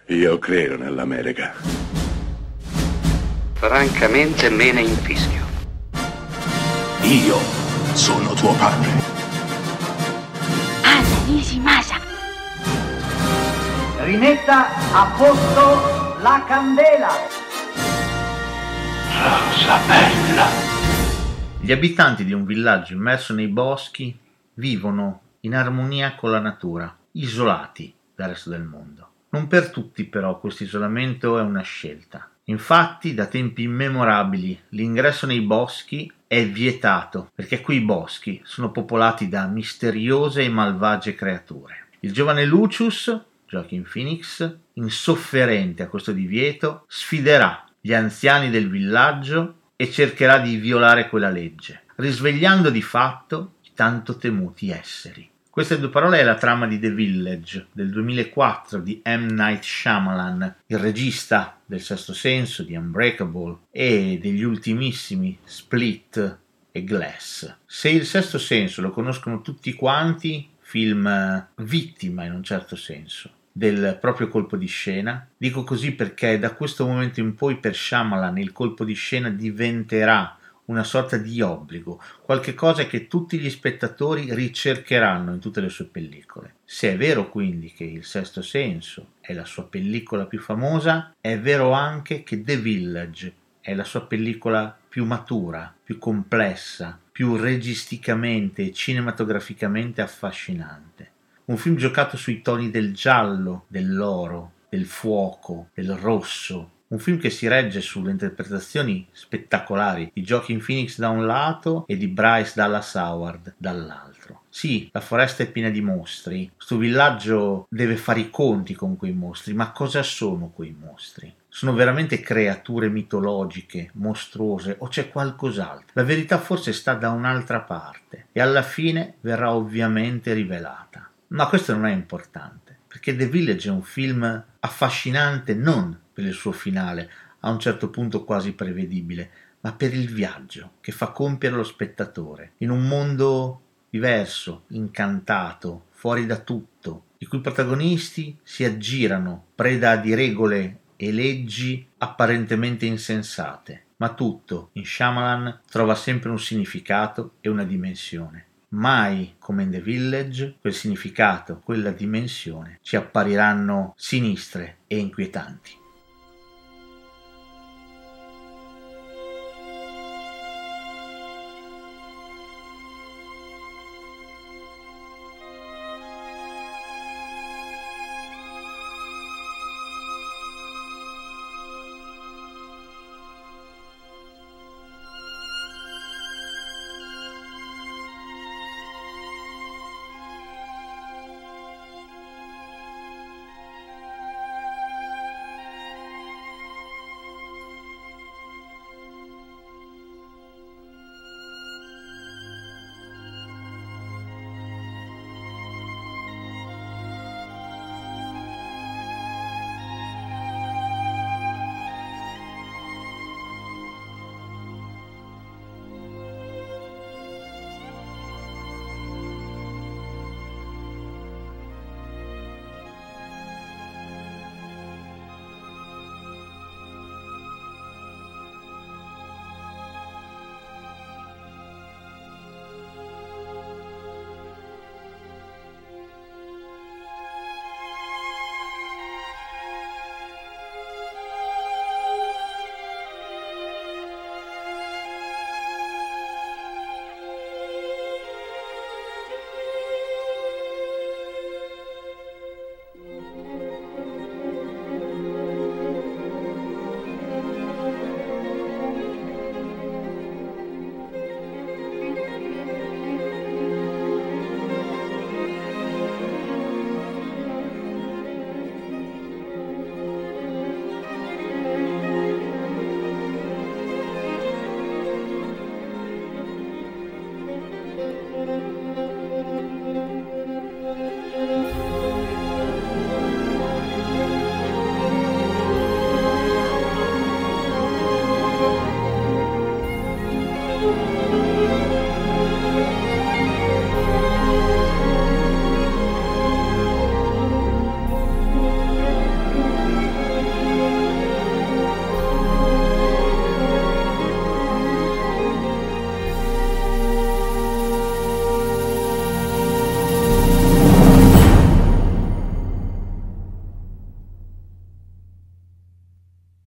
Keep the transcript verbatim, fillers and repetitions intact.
Io credo nell'America. Francamente me ne infischio. Io sono tuo padre. Anna Nishimasa. Rimetta a posto la candela. Rosa bella. Gli abitanti di un villaggio immerso nei boschi vivono in armonia con la natura, isolati dal resto del mondo. Non per tutti però questo isolamento è una scelta. Infatti, da tempi immemorabili, l'ingresso nei boschi è vietato, perché quei boschi sono popolati da misteriose e malvagie creature. Il giovane Lucius, Joaquin Phoenix, insofferente a questo divieto, sfiderà gli anziani del villaggio e cercherà di violare quella legge, risvegliando di fatto i tanto temuti esseri. Queste due parole è la trama di The Village del duemilaquattro di M. Night Shyamalan, il regista del Sesto Senso, di Unbreakable e degli ultimissimi Split e Glass. Se il Sesto Senso lo conoscono tutti quanti, film vittima in un certo senso del proprio colpo di scena, dico così perché da questo momento in poi per Shyamalan il colpo di scena diventerà una sorta di obbligo, qualche cosa che tutti gli spettatori ricercheranno in tutte le sue pellicole. Se è vero quindi che Il Sesto Senso è la sua pellicola più famosa, è vero anche che The Village è la sua pellicola più matura, più complessa, più registicamente e cinematograficamente affascinante. Un film giocato sui toni del giallo, dell'oro, del fuoco, del rosso. Un film che si regge sulle interpretazioni spettacolari di Joaquin Phoenix da un lato e di Bryce Dallas Howard dall'altro. Sì, la foresta è piena di mostri, questo villaggio deve fare i conti con quei mostri, ma cosa sono quei mostri? Sono veramente creature mitologiche, mostruose, o c'è qualcos'altro? La verità forse sta da un'altra parte e alla fine verrà ovviamente rivelata. Ma questo non è importante, perché The Village è un film affascinante non per il suo finale, a un certo punto quasi prevedibile, ma per il viaggio che fa compiere lo spettatore in un mondo diverso, incantato, fuori da tutto, i cui protagonisti si aggirano preda di regole e leggi apparentemente insensate, ma tutto in Shyamalan trova sempre un significato e una dimensione. Mai come in The Village quel significato, quella dimensione ci appariranno sinistre e inquietanti.